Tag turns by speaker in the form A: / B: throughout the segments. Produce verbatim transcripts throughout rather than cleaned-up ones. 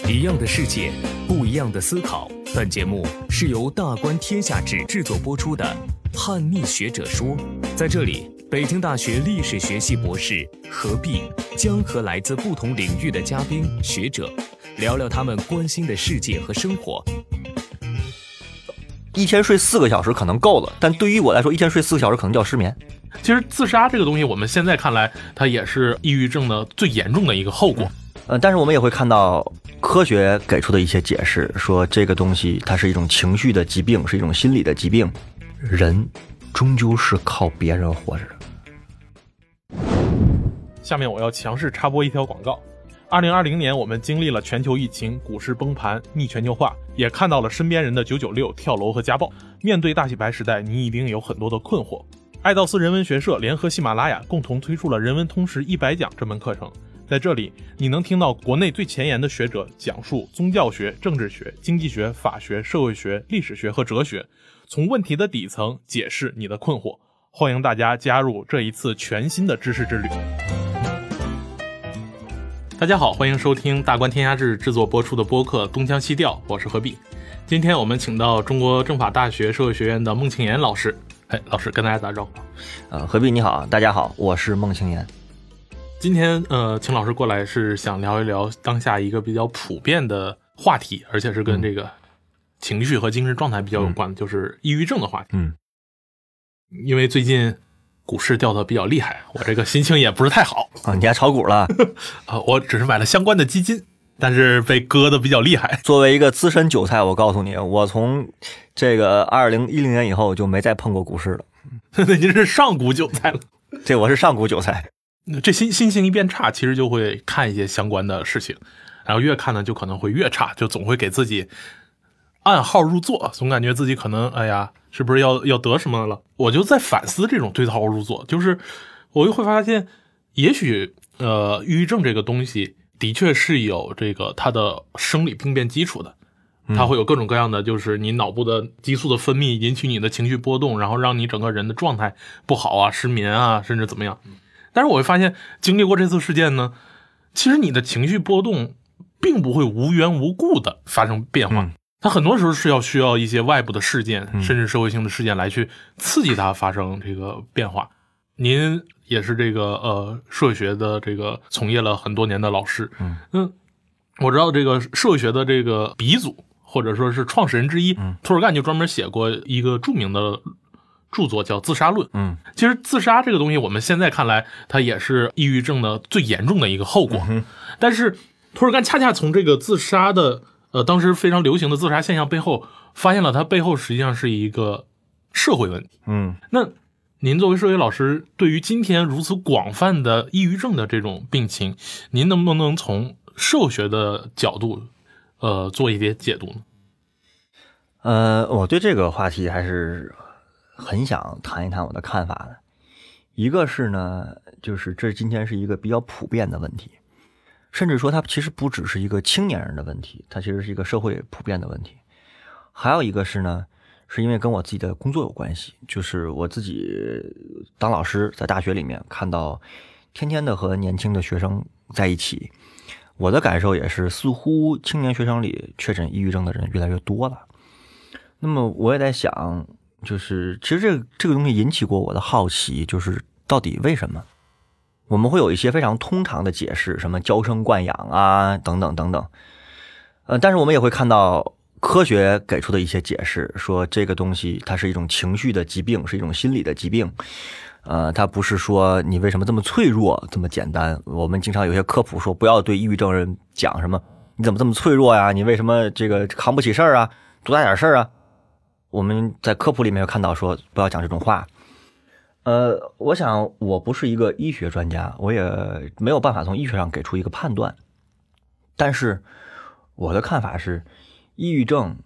A: 一样的世界，不一样的思考。本节目是由大观天下志制作播出的《叛逆学者说》。在这里，北京大学历史学系博士何必将和来自不同领域的嘉宾学者聊聊他们关心的世界和生活。
B: 一天睡四个小时可能够了，但对于我来说，一天睡四个小时可能叫失眠。
C: 其实自杀这个东西，我们现在看来，它也是抑郁症的最严重的一个后果。
B: 呃，但是我们也会看到科学给出的一些解释，说这个东西它是一种情绪的疾病，是一种心理的疾病。人终究是靠别人活着的。
C: 下面我要强势插播一条广告。二零二零年，我们经历了全球疫情、股市崩盘、逆全球化，也看到了身边人的九九六、跳楼和家暴。面对大洗牌时代，你一定有很多的困惑。爱道斯人文学社联合喜马拉雅共同推出了人文通识一百讲这门课程。在这里，你能听到国内最前沿的学者讲述宗教学、政治学、经济学、法学、社会学、历史学和哲学，从问题的底层解释你的困惑。欢迎大家加入这一次全新的知识之旅。大家好，欢迎收听大观天下志制作播出的播客《东腔西调》，我是何必。今天我们请到中国政法大学社会学院的孟庆岩老师。哎，老师跟大家打招呼。
B: 呃，何必你好，大家好，我是孟庆岩。
C: 今天呃，请老师过来是想聊一聊当下一个比较普遍的话题，而且是跟这个情绪和精神状态比较有关的，嗯、就是抑郁症的话题。
B: 嗯，
C: 因为最近股市掉得比较厉害，我这个心情也不是太好
B: 啊。你还炒股了？
C: 啊，我只是买了相关的基金，但是被割得比较厉害。
B: 作为一个资深韭菜，我告诉你，我从这个二零一零年以后就没再碰过股市了。
C: 那您是上股韭菜了？
B: 这我是上股韭菜。
C: 这心心情一变差，其实就会看一些相关的事情，然后越看呢就可能会越差，就总会给自己暗号入座，总感觉自己可能哎呀是不是要要得什么了。我就在反思这种对号入座，就是我又会发现也许呃抑郁症这个东西的确是有这个它的生理病变基础的，它会有各种各样的，就是你脑部的激素的分泌引起你的情绪波动，然后让你整个人的状态不好啊，失眠啊，甚至怎么样。但是我会发现经历过这次事件呢，其实你的情绪波动并不会无缘无故的发生变化，嗯、它很多时候是要需要一些外部的事件，嗯、甚至社会性的事件来去刺激它发生这个变化。您也是这个呃社会学的这个从业了很多年的老师，嗯，嗯我知道这个社会学的这个鼻祖或者说是创始人之一，嗯、涂尔干就专门写过一个著名的著作叫《自杀论》。
B: 嗯，
C: 其实自杀这个东西，我们现在看来，它也是抑郁症的最严重的一个后果。
B: 嗯、
C: 但是涂尔干恰恰从这个自杀的呃当时非常流行的自杀现象背后，发现了它背后实际上是一个社会问题。
B: 嗯，
C: 那您作为社会老师，对于今天如此广泛的抑郁症的这种病情，您能不能从社会学的角度，呃，做一点解读呢？
B: 呃，我对这个话题还是很想谈一谈我的看法的。一个是呢，就是这今天是一个比较普遍的问题，甚至说它其实不只是一个青年人的问题，它其实是一个社会普遍的问题。还有一个是呢，是因为跟我自己的工作有关系，就是我自己当老师，在大学里面看到天天的和年轻的学生在一起，我的感受也是似乎青年学生里确诊抑郁症的人越来越多了。那么我也在想，就是其实这个这个东西引起过我的好奇，就是到底为什么我们会有一些非常通常的解释，什么娇生惯养啊等等等等，呃，但是我们也会看到科学给出的一些解释，说这个东西它是一种情绪的疾病，是一种心理的疾病，呃，它不是说你为什么这么脆弱这么简单。我们经常有些科普说，不要对抑郁症人讲什么你怎么这么脆弱呀，你为什么这个扛不起事儿啊，多大点事儿啊。我们在科普里面有看到说不要讲这种话。呃，我想我不是一个医学专家，我也没有办法从医学上给出一个判断，但是我的看法是，抑郁症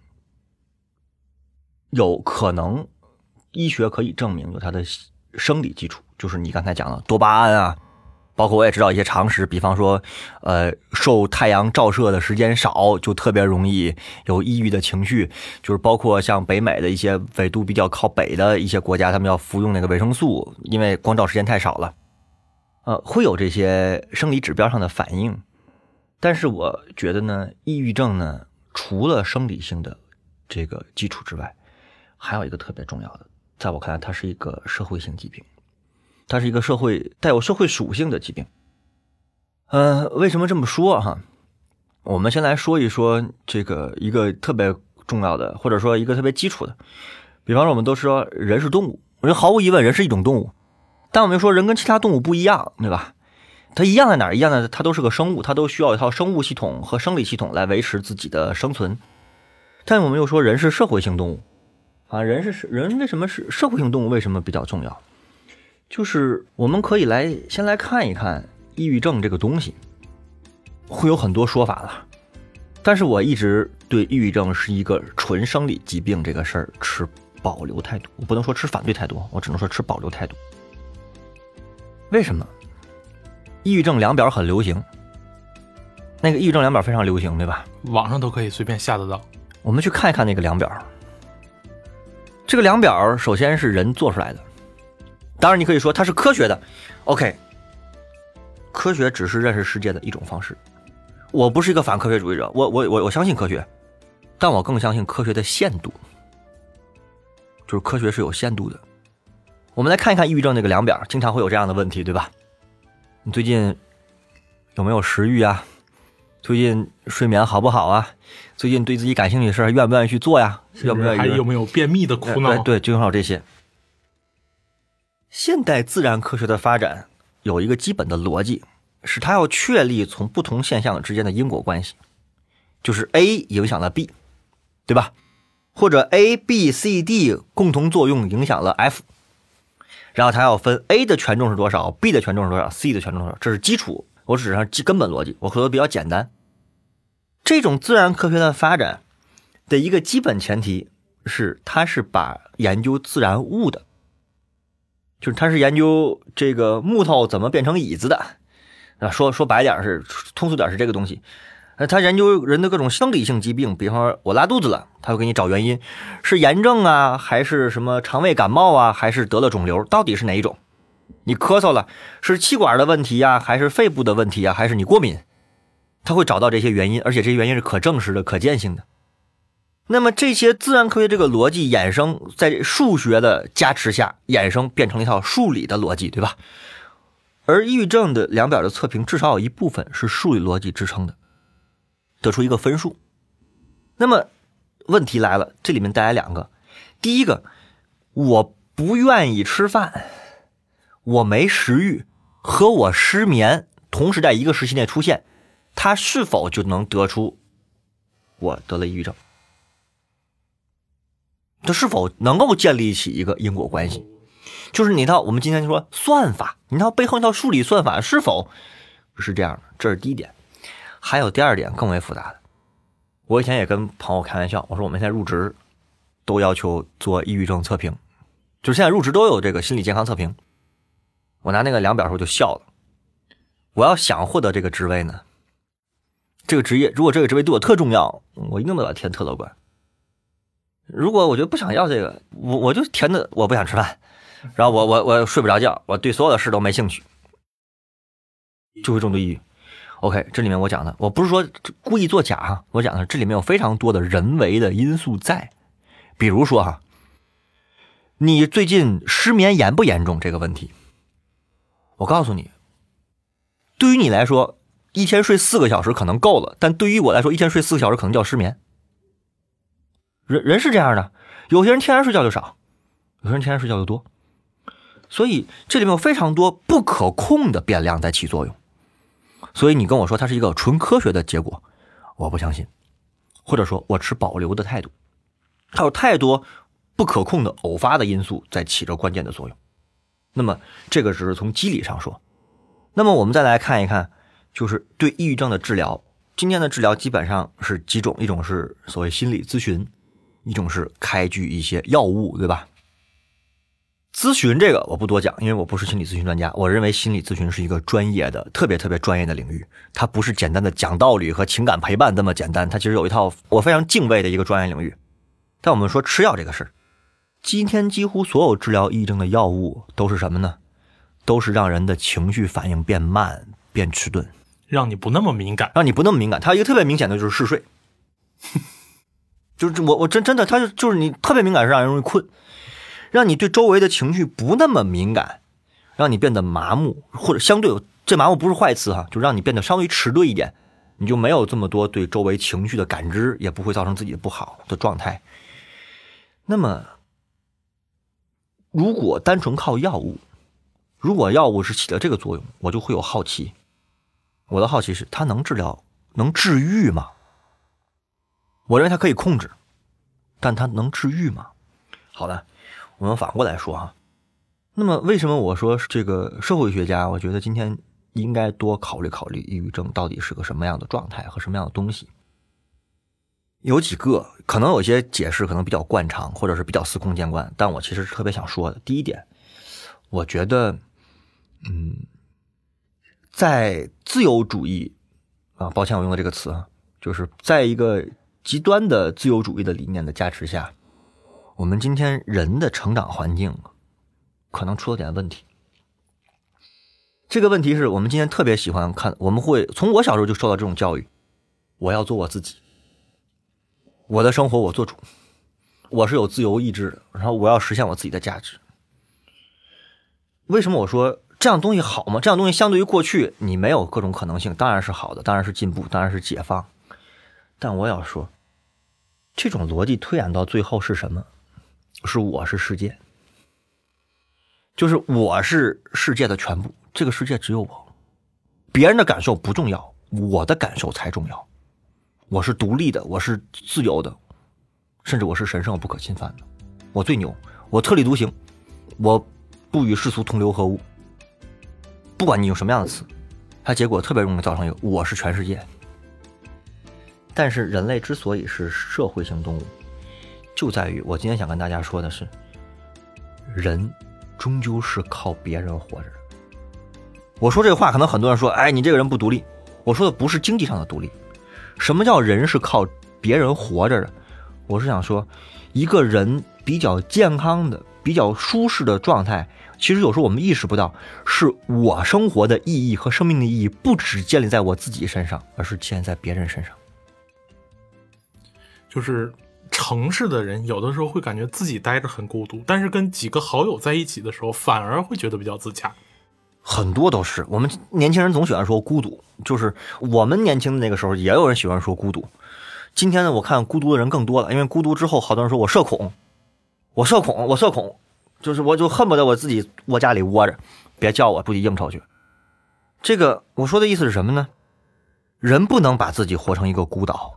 B: 有可能医学可以证明有它的生理基础，就是你刚才讲的多巴胺啊，包括我也知道一些常识，比方说呃，受太阳照射的时间少就特别容易有抑郁的情绪，就是包括像北美的一些纬度比较靠北的一些国家，他们要服用那个维生素，因为光照时间太少了，呃，会有这些生理指标上的反应。 但是我觉得呢，抑郁症呢，除了生理性的这个基础之外，还有一个特别重要的，在我看来，它是一个社会性疾病，它是一个社会带有社会属性的疾病。呃，为什么这么说哈？我们先来说一说这个一个特别重要的，或者说一个特别基础的。比方说，我们都说人是动物，我觉得毫无疑问，人是一种动物。但我们说人跟其他动物不一样，对吧？它一样在哪儿？一样的，它都是个生物，它都需要一套生物系统和生理系统来维持自己的生存。但我们又说人是社会性动物啊，人是人为什么是社会性动物？为什么比较重要？就是我们可以来先来看一看抑郁症这个东西。会有很多说法了，但是我一直对抑郁症是一个纯生理疾病这个事儿持保留态度，我不能说持反对态度，我只能说持保留态度。为什么？抑郁症量表很流行，那个抑郁症量表非常流行，对吧？
C: 网上都可以随便下得到。
B: 我们去看一看那个量表。这个量表首先是人做出来的，当然你可以说它是科学的 OK， 科学只是认识世界的一种方式。我不是一个反科学主义者，我我我我相信科学，但我更相信科学的限度，就是科学是有限度的。我们来看一看抑郁症这个量表，经常会有这样的问题，对吧？你最近有没有食欲啊？最近睡眠好不好啊？最近对自己感兴趣的事愿不愿意去做呀？愿不愿意？
C: 还有没有便秘的苦恼？
B: 对对，就好这些。现代自然科学的发展有一个基本的逻辑，是它要确立从不同现象之间的因果关系，就是 A 影响了 B， 对吧？或者 A、B、C、D 共同作用影响了 F， 然后它要分 A 的权重是多少， B 的权重是多少， C 的权重是多少，这是基础，我只是根本逻辑，我说的比较简单。这种自然科学的发展的一个基本前提是，它是把研究自然物的，就是它是研究这个木头怎么变成椅子的。说说白点是通俗点是这个东西，他研究人的各种生理性疾病，比方说我拉肚子了，他会给你找原因，是炎症啊，还是什么肠胃感冒啊，还是得了肿瘤，到底是哪一种？你咳嗽了，是气管的问题呀、啊，还是肺部的问题呀、啊，还是你过敏？他会找到这些原因，而且这些原因是可证实的、可见性的。那么这些自然科学这个逻辑衍生，在数学的加持下衍生，变成了一套数理的逻辑，对吧？而抑郁症的量表的测评至少有一部分是数理逻辑支撑的，得出一个分数。那么问题来了，这里面带来两个。第一个，我不愿意吃饭，我没食欲，和我失眠同时在一个时期内出现，它是否就能得出我得了抑郁症？它是否能够建立起一个因果关系？就是你套我们今天说算法，你套背后那套数理算法是否是这样的？这是第一点。还有第二点更为复杂的，我以前也跟朋友开玩笑，我说我们现在入职都要求做抑郁症测评，就是现在入职都有这个心理健康测评。我拿那个量表的时候就笑了。我要想获得这个职位呢，这个职业如果这个职位对我特重要，我一定得把填特乐观。如果我觉得不想要这个，我我就填的我不想吃饭，然后我我我睡不着觉，我对所有的事都没兴趣，就会重度抑郁。OK， 这里面我讲的，我不是说故意作假哈，我讲的这里面有非常多的人为的因素在，比如说哈，你最近失眠严不严重这个问题，我告诉你，对于你来说，一天睡四个小时可能够了，但对于我来说，一天睡四个小时可能叫失眠。人人是这样的，有些人天然睡觉就少，有些人天然睡觉就多，所以这里面有非常多不可控的变量在起作用。所以你跟我说它是一个纯科学的结果，我不相信，或者说我持保留的态度。它有太多不可控的偶发的因素在起着关键的作用。那么这个只是从机理上说。那么我们再来看一看，就是对抑郁症的治疗。今天的治疗基本上是几种，一种是所谓心理咨询，一种是开具一些药物，对吧？咨询这个我不多讲，因为我不是心理咨询专家。我认为心理咨询是一个专业的特别特别专业的领域，它不是简单的讲道理和情感陪伴这么简单，它其实有一套我非常敬畏的一个专业领域。但我们说吃药这个事儿，今天几乎所有治疗抑郁症的药物都是什么呢？都是让人的情绪反应变慢变迟钝，
C: 让你不那么敏感，
B: 让你不那么敏感。它一个特别明显的就是嗜睡，就是我我真真的，它就是你特别敏感是让人容易困，让你对周围的情绪不那么敏感，让你变得麻木，或者相对这麻木不是坏词哈，就让你变得稍微迟钝一点，你就没有这么多对周围情绪的感知，也不会造成自己的不好的状态。那么如果单纯靠药物，如果药物是起了这个作用，我就会有好奇。我的好奇是它能治疗能治愈吗？我认为它可以控制，但它能治愈吗？好的，我们反过来说哈。那么为什么我说这个社会学家我觉得今天应该多考虑考虑抑郁症到底是个什么样的状态和什么样的东西？有几个可能有些解释可能比较惯常或者是比较司空见惯，但我其实是特别想说的。第一点，我觉得嗯在自由主义啊，抱歉我用的这个词啊，就是在一个极端的自由主义的理念的加持下，我们今天人的成长环境可能出了点问题。这个问题是我们今天特别喜欢看，我们会从我小时候就受到这种教育，我要做我自己，我的生活我做主，我是有自由意志的，然后我要实现我自己的价值。为什么我说这样东西好吗？这样东西相对于过去你没有各种可能性，当然是好的，当然是进步，当然是解放。但我要说这种逻辑推演到最后是什么？是我是世界，就是我是世界的全部，这个世界只有我，别人的感受不重要，我的感受才重要。我是独立的，我是自由的，甚至我是神圣不可侵犯的，我最牛，我特立独行，我不与世俗同流合污。不管你用什么样的词，它结果特别容易造成一个我是全世界。但是人类之所以是社会性动物，就在于我今天想跟大家说的是，人终究是靠别人活着。我说这个话可能很多人说，哎，你这个人不独立。我说的不是经济上的独立。什么叫人是靠别人活着的？我是想说一个人比较健康的比较舒适的状态，其实有时候我们意识不到，是我生活的意义和生命的意义不只建立在我自己身上，而是建立在别人身上。
C: 就是城市的人有的时候会感觉自己待着很孤独，但是跟几个好友在一起的时候反而会觉得比较自洽。
B: 很多都是我们年轻人总喜欢说孤独，就是我们年轻的那个时候也有人喜欢说孤独。今天呢，我看孤独的人更多了，因为孤独之后好多人说我社恐，我社恐我社恐，就是我就恨不得我自己窝家里窝着，别叫我出去应酬去。这个我说的意思是什么呢？人不能把自己活成一个孤岛。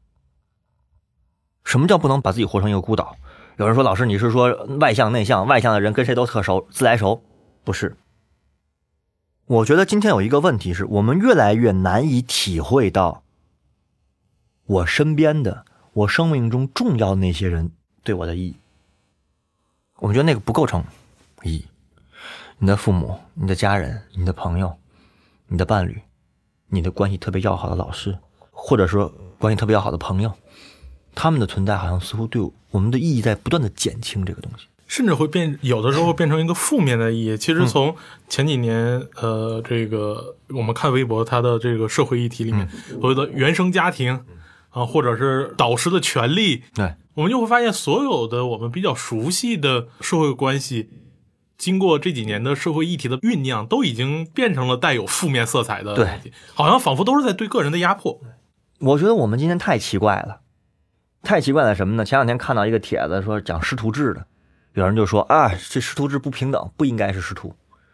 B: 什么叫不能把自己活成一个孤岛？有人说老师你是说外向内向，外向的人跟谁都特熟，自来熟？不是。我觉得今天有一个问题是，我们越来越难以体会到我身边的我生命中重要的那些人对我的意义。我们觉得那个不构成意义。你的父母，你的家人，你的朋友，你的伴侣，你的关系特别要好的老师，或者说关系特别要好的朋友，他们的存在好像似乎对我们的意义在不断的减轻这个东西，甚
C: 至会变，有的时候会变成一个负面的意义。其实从前几年，嗯、呃，这个我们看微博，它的这个社会议题里面，所谓的原生家庭啊，或者是导师的权利，
B: 对，
C: 我们就会发现，所有的我们比较熟悉的社会关系，经过这几年的社会议题的酝酿，都已经变成了带有负面色彩的东西，好像仿佛都是在对个人的压迫。
B: 我觉得我们今天太奇怪了。太奇怪了什么呢？前两天看到一个帖子说讲师徒制的，有人就说啊，这师徒制不平等，不应该是师徒。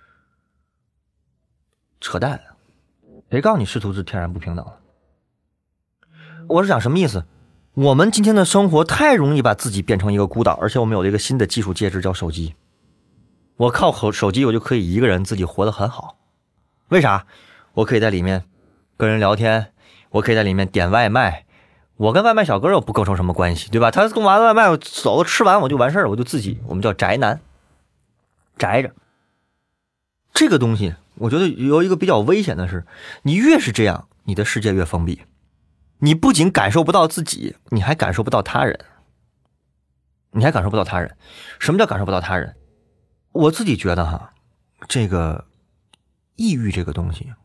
B: 扯淡，谁告诉你师徒制天然不平等了？我是讲什么意思？我们今天的生活太容易把自己变成一个孤岛，而且我们有了一个新的技术介质叫手机。我靠手机我就可以一个人自己活得很好。为啥？我可以在里面跟人聊天，我可以在里面点外卖，我跟外卖小哥又不构成什么关系，对吧？他跟完外卖我走了吃完我就完事儿，我就自己，我们叫宅男，宅着。这个东西我觉得有一个比较危险的是，你越是这样，你的世界越封闭，你不仅感受不到自己，你还感受不到他人，你还感受不到他人。什么叫感受不到他人？我自己觉得哈，这个抑郁这个东西，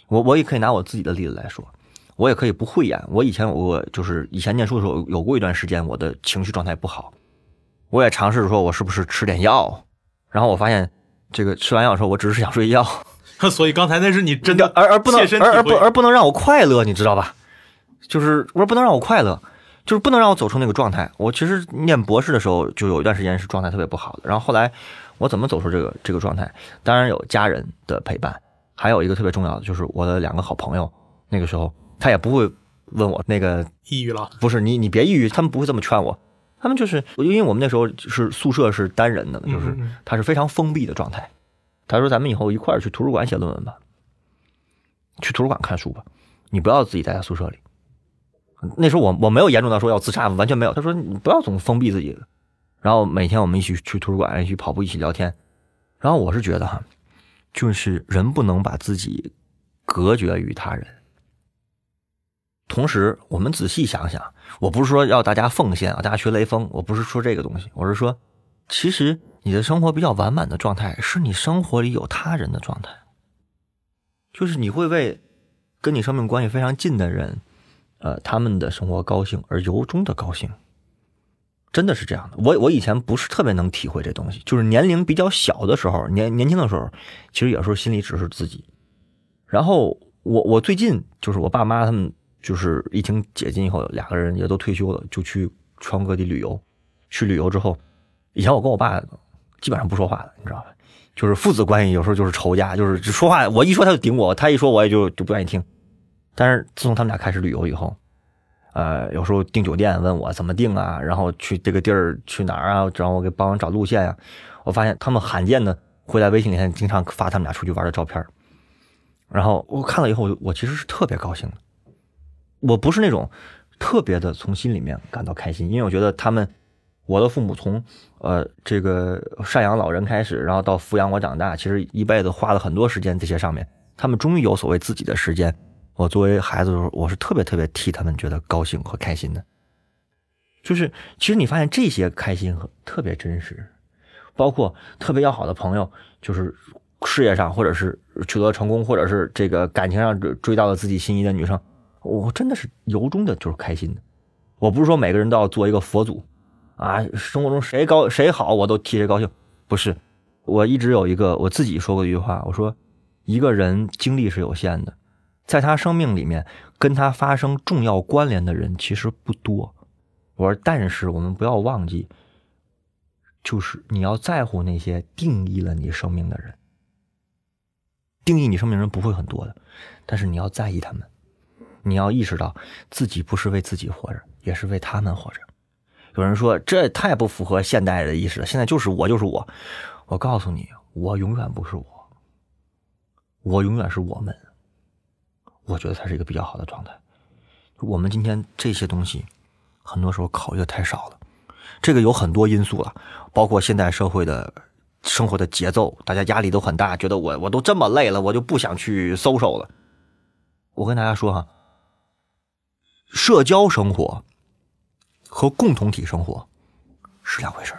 B: 我我也可以拿我自己的例子来说，我也可以不讳言，我以前我就是以前念书的时候有过一段时间我的情绪状态不好，我也尝试说我是不是吃点药，然后我发现这个吃完药的时候我只是想睡觉，
C: 所以刚才那是你真的
B: 而而不能
C: 切身体会
B: 而而不而不能让我快乐，你知道吧？就是我说不能让我快乐，就是不能让我走出那个状态。我其实念博士的时候就有一段时间是状态特别不好的，然后后来我怎么走出这个这个状态？当然有家人的陪伴，还有一个特别重要的就是我的两个好朋友，那个时候他也不会问我那个
C: 抑郁了，
B: 不是你你别抑郁，他们不会这么劝我，他们就是因为我们那时候是宿舍是单人的，就是他是非常封闭的状态。他说咱们以后一块儿去图书馆写论文吧，去图书馆看书吧，你不要自己待在宿舍里。那时候我我没有严重到说要自杀，完全没有。他说你不要总封闭自己。然后每天我们一起去图书馆，一起跑步，一起聊天。然后我是觉得哈，就是人不能把自己隔绝于他人。同时，我们仔细想想，我不是说要大家奉献啊，大家学雷锋，我不是说这个东西，我是说，其实你的生活比较完满的状态，是你生活里有他人的状态，就是你会为跟你生命关系非常近的人。呃，他们的生活高兴而由衷的高兴，真的是这样的。我我以前不是特别能体会这东西，就是年龄比较小的时候，年年轻的时候，其实有时候心里只是自己。然后我我最近就是我爸妈他们就是疫情解禁以后，两个人也都退休了，就去全国各地旅游。去旅游之后，以前我跟我爸基本上不说话的，你知道吧？就是父子关系有时候就是仇家，就是说话我一说他就顶我，他一说我也就就不愿意听。但是自从他们俩开始旅游以后，呃，有时候订酒店问我怎么订啊，然后去这个地儿去哪儿啊，然后我给帮忙找路线呀、啊。我发现他们罕见的会在微信里经常发他们俩出去玩的照片，然后我看了以后，我其实是特别高兴的。我不是那种特别的从心里面感到开心，因为我觉得他们，我的父母从呃这个赡养老人开始，然后到抚养我长大，其实一辈子花了很多时间这些上面，他们终于有所谓自己的时间。我作为孩子的时候，我是特别特别替他们觉得高兴和开心的。就是其实你发现这些开心和特别真实，包括特别要好的朋友，就是事业上或者是取得成功，或者是这个感情上追到了自己心仪的女生，我真的是由衷的就是开心的。我不是说每个人都要做一个佛祖啊，生活中谁高谁好我都替谁高兴，不是。我一直有一个我自己说过一句话，我说一个人精力是有限的，在他生命里面跟他发生重要关联的人其实不多。我说但是我们不要忘记，就是你要在乎那些定义了你生命的人。定义你生命的人不会很多的，但是你要在意他们，你要意识到自己不是为自己活着，也是为他们活着。有人说这太不符合现代的意识了，现在就是我就是我。我告诉你，我永远不是我，我永远是我们。我觉得它是一个比较好的状态。我们今天这些东西很多时候考虑的太少了，这个有很多因素了，包括现代社会的生活的节奏，大家压力都很大，觉得我我都这么累了，我就不想去social了。我跟大家说哈，社交生活和共同体生活是两回事儿。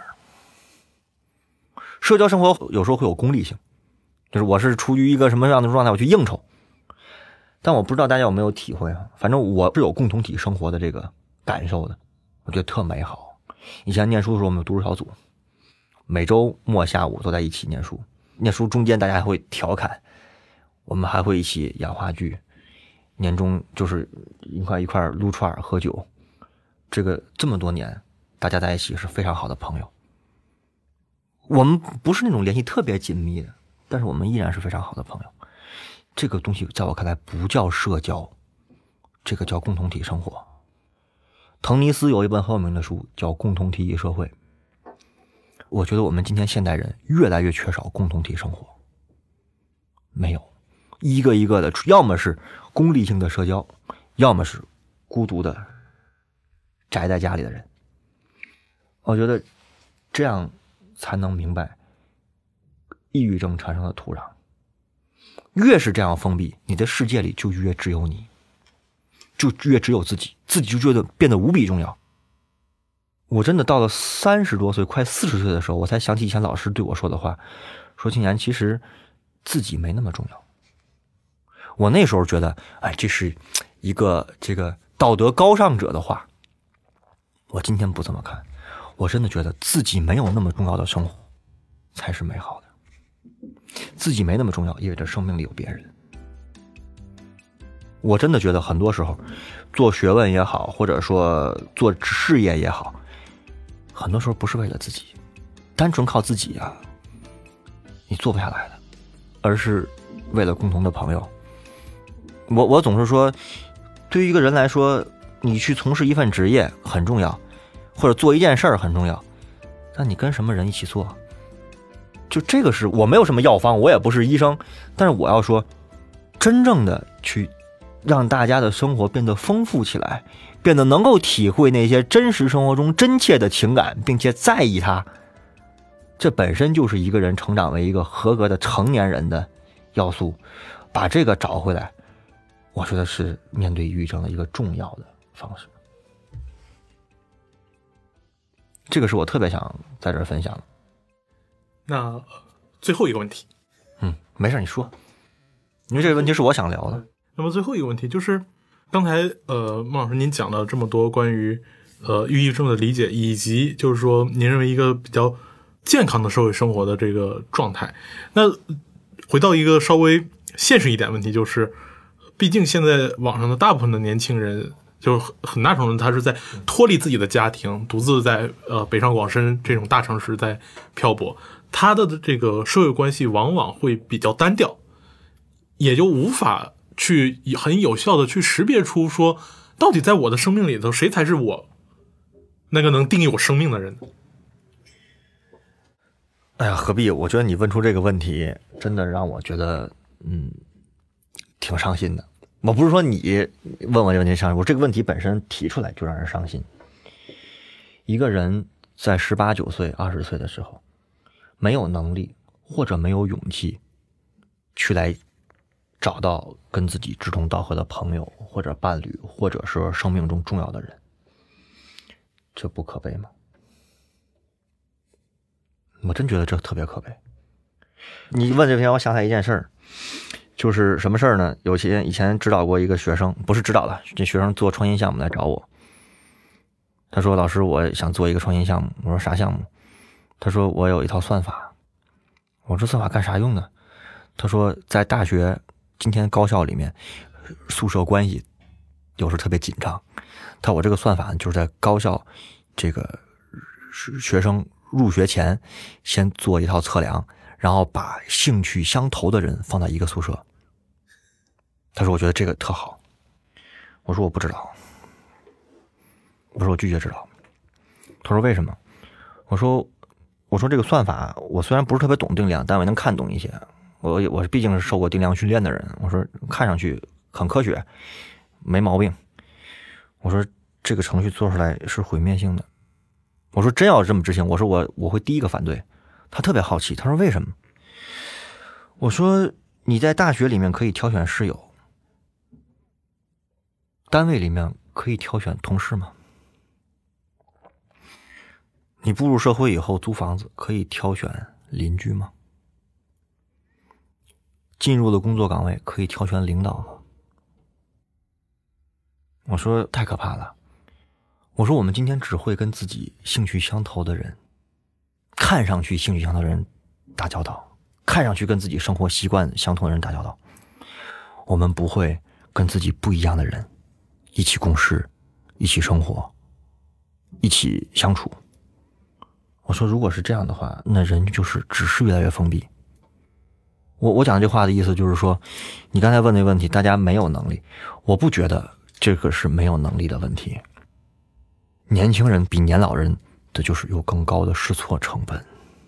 B: 社交生活有时候会有功利性，就是我是出于一个什么样的状态我去应酬，但我不知道大家有没有体会啊？反正我是有共同体生活的这个感受的，我觉得特美好。以前念书的时候我们有读书小组，每周末下午都在一起念书，念书中间大家还会调侃，我们还会一起演话剧，年终就是一块一块撸串喝酒。这个这么多年大家在一起是非常好的朋友。我们不是那种联系特别紧密的，但是我们依然是非常好的朋友。这个东西在我看来不叫社交，这个叫共同体生活。滕尼斯有一本很有名的书叫《共同体与社会》。我觉得我们今天现代人越来越缺少共同体生活，没有，一个一个的，要么是功利性的社交，要么是孤独的宅在家里的人。我觉得这样才能明白抑郁症产生的土壤。越是这样封闭，你的世界里就越只有你，就越只有自己，自己就觉得变得无比重要。我真的到了三十多岁快四十岁的时候，我才想起以前老师对我说的话，说青年其实自己没那么重要。 我那时候觉得，哎，这是一个这个道德高尚者的话。我今天不这么看，我真的觉得自己没有那么重要的生活才是美好的。自己没那么重要，意味着生命里有别人。我真的觉得很多时候，做学问也好，或者说做事业也好，很多时候不是为了自己，单纯靠自己啊，你做不下来的，而是为了共同的朋友。我我总是说，对于一个人来说，你去从事一份职业很重要，或者做一件事儿很重要，但你跟什么人一起做？就这个是我没有什么药方，我也不是医生，但是我要说，真正的去让大家的生活变得丰富起来，变得能够体会那些真实生活中真切的情感，并且在意它，这本身就是一个人成长为一个合格的成年人的要素。把这个找回来，我觉得是面对抑郁症的一个重要的方式。这个是我特别想在这儿分享的。
C: 那最后一个问题，
B: 嗯，没事你说，因为这个问题是我想聊的。
C: 那么最后一个问题就是，刚才呃孟老师您讲了这么多关于呃抑郁症的理解，以及就是说您认为一个比较健康的社会生活的这个状态。那回到一个稍微现实一点问题，就是毕竟现在网上的大部分的年轻人，就是很大程度他是在脱离自己的家庭，独自在呃北上广深这种大城市在漂泊，他的这个社会关系往往会比较单调，也就无法去很有效的去识别出说，到底在我的生命里头谁才是我那个能定义我生命的人。
B: 哎呀，何必？我觉得你问出这个问题，真的让我觉得，嗯，挺伤心的。我不是说你问我这个问题伤心，我这个问题本身提出来就让人伤心。一个人在十八九岁、二十岁的时候，没有能力或者没有勇气去来找到跟自己志同道合的朋友或者伴侣，或者说生命中重要的人，这不可悲吗？我真觉得这特别可悲。你问这篇，我想起来一件事儿，就是什么事儿呢？有些以前指导过一个学生，不是指导了，这学生做创新项目来找我，他说：“老师，我想做一个创新项目。”我说：“啥项目？”他说：“我有一套算法。”我说：“算法干啥用的？”他说：“在大学今天高校里面，宿舍关系有时特别紧张。他我这个算法就是在高校这个学生入学前先做一套测量，然后把兴趣相投的人放在一个宿舍。”他说：“我觉得这个特好。”我说：“我不知道。”我说：“我拒绝指导。”他说：“为什么？”我说：“我说这个算法，我虽然不是特别懂定量，但我能看懂一些。我我毕竟是受过定量训练的人。我说看上去很科学，没毛病。我说这个程序做出来是毁灭性的。我说真要这么执行，我说我我会第一个反对。”他特别好奇，他说：“为什么？”我说：“你在大学里面可以挑选室友，单位里面可以挑选同事吗？你步入社会以后租房子可以挑选邻居吗？进入了工作岗位可以挑选领导吗？”我说太可怕了。我说我们今天只会跟自己兴趣相投的人，看上去兴趣相投的人打交道，看上去跟自己生活习惯相同的人打交道，我们不会跟自己不一样的人一起共事，一起生活，一起相处。我说如果是这样的话，那人就是只是越来越封闭。我我讲这话的意思就是说，你刚才问那个问题，大家没有能力，我不觉得这个是没有能力的问题。年轻人比年老人的就是有更高的试错成本。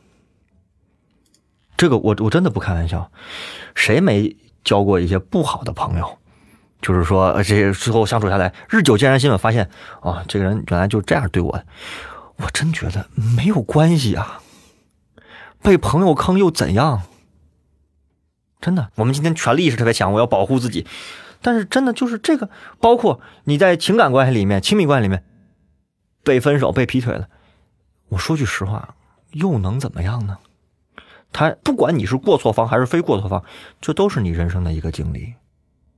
B: 这个我我真的不开玩笑，谁没交过一些不好的朋友？就是说这之后相处下来，日久见人心，我发现啊，这个人原来就这样对我。我真觉得没有关系啊，被朋友坑又怎样？真的，我们今天权力意识特别强，我要保护自己，但是真的就是这个，包括你在情感关系里面、亲密关系里面被分手、被劈腿了，我说句实话，又能怎么样呢？他不管你是过错方还是非过错方，这都是你人生的一个经历。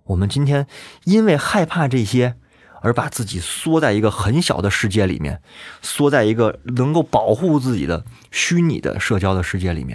B: 我们今天因为害怕这些而把自己缩在一个很小的世界里面，缩在一个能够保护自己的虚拟的社交的世界里面。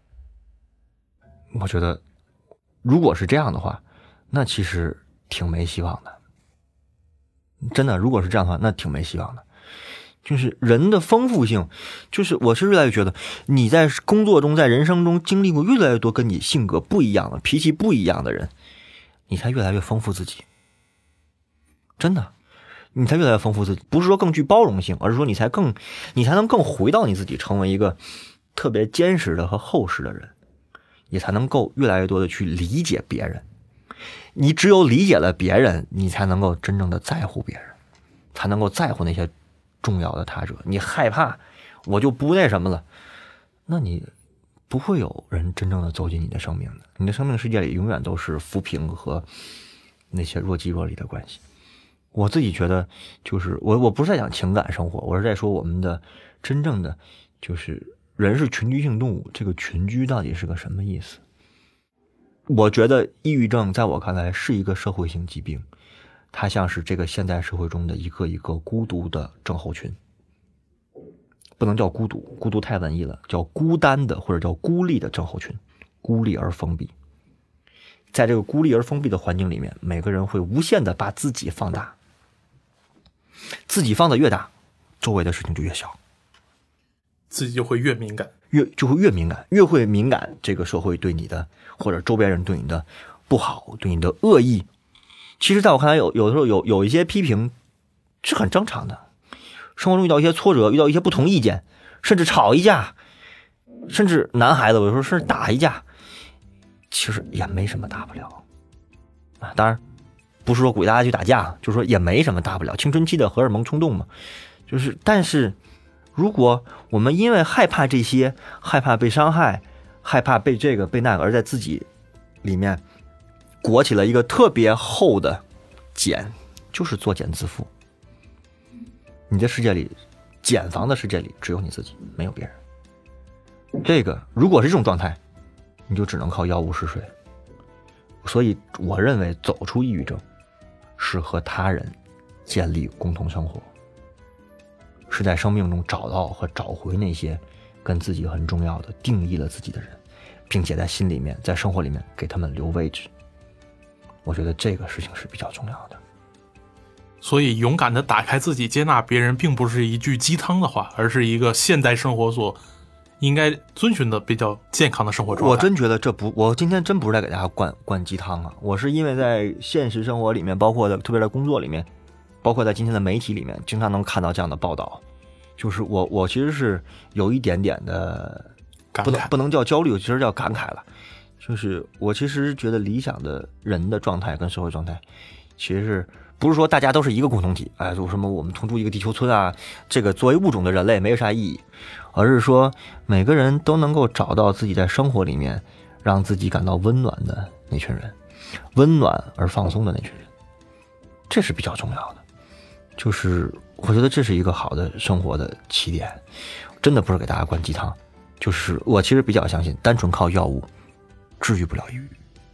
B: 我觉得如果是这样的话，那其实挺没希望的。真的，如果是这样的话，那挺没希望的。就是人的丰富性，就是我是越来越觉得你在工作中在人生中经历过越来越多跟你性格不一样的脾气不一样的人，你才越来越丰富自己。真的，你才越来越丰富自己，不是说更具包容性，而是说你才更你才能更回到你自己，成为一个特别坚实的和厚实的人，也才能够越来越多的去理解别人。你只有理解了别人，你才能够真正的在乎别人，才能够在乎那些重要的他者。你害怕我就不那什么了，那你不会有人真正的走进你的生命的。你的生命世界里永远都是浮萍和那些若即若离的关系。我自己觉得就是我我不是在讲情感生活，我是在说我们的真正的就是人是群居性动物，这个群居到底是个什么意思。我觉得抑郁症在我看来是一个社会性疾病，它像是这个现代社会中的一个一个孤独的症候群。不能叫孤独，孤独太文艺了，叫孤单的或者叫孤立的症候群，孤立而封闭。在这个孤立而封闭的环境里面，每个人会无限的把自己放大，自己放得越大，周围的事情就越小，
C: 自己就会越敏感，
B: 越就会越敏感，越会敏感这个社会对你的或者周边人对你的不好，对你的恶意。其实在我看来，有有的时候有有一些批评是很正常的。生活中遇到一些挫折，遇到一些不同意见，甚至吵一架，甚至男孩子有时候甚至打一架，其实也没什么大不了啊。当然不是说鼓励大家去打架，就是说也没什么大不了，青春期的荷尔蒙冲动嘛。就是但是如果我们因为害怕这些，害怕被伤害，害怕被这个被那个，而在自己里面裹起了一个特别厚的茧，就是作茧自缚。你的世界里，茧房的世界里只有你自己，没有别人。这个如果是这种状态，你就只能靠药物嗜睡。所以我认为走出抑郁症是和他人建立共同生活，是在生命中找到和找回那些跟自己很重要的定义了自己的人，并且在心里面在生活里面给他们留位置。我觉得这个事情是比较重要的。
C: 所以勇敢的打开自己，接纳别人，并不是一句鸡汤的话，而是一个现代生活所应该遵循的比较健康的生活状态。
B: 我真觉得这不，我今天真不是在给大家灌灌鸡汤啊，我是因为在现实生活里面，包括在特别在工作里面，包括在今天的媒体里面，经常能看到这样的报道。就是我我其实是有一点点的不能不能叫焦虑，其实叫感慨了。就是我其实觉得理想的人的状态跟社会状态，其实是不是说大家都是一个共同体，哎，就什么我们同住一个地球村啊，这个作为物种的人类没有啥意义，而是说每个人都能够找到自己在生活里面让自己感到温暖的那群人，温暖而放松的那群人，这是比较重要的。就是我觉得这是一个好的生活的起点，真的不是给大家灌鸡汤，就是我其实比较相信单纯靠药物治愈不了抑郁，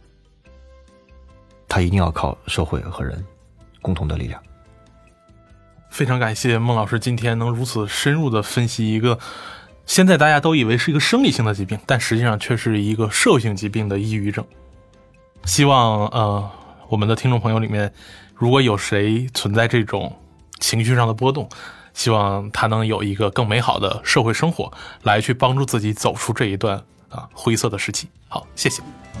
B: 他一定要靠社会和人共同的力量。
C: 非常感谢孟老师今天能如此深入的分析一个现在大家都以为是一个生理性的疾病，但实际上却是一个社会性疾病的抑郁症。希望呃我们的听众朋友里面，如果有谁存在这种情绪上的波动，希望他能有一个更美好的社会生活，来去帮助自己走出这一段啊灰色的时期。好，谢谢。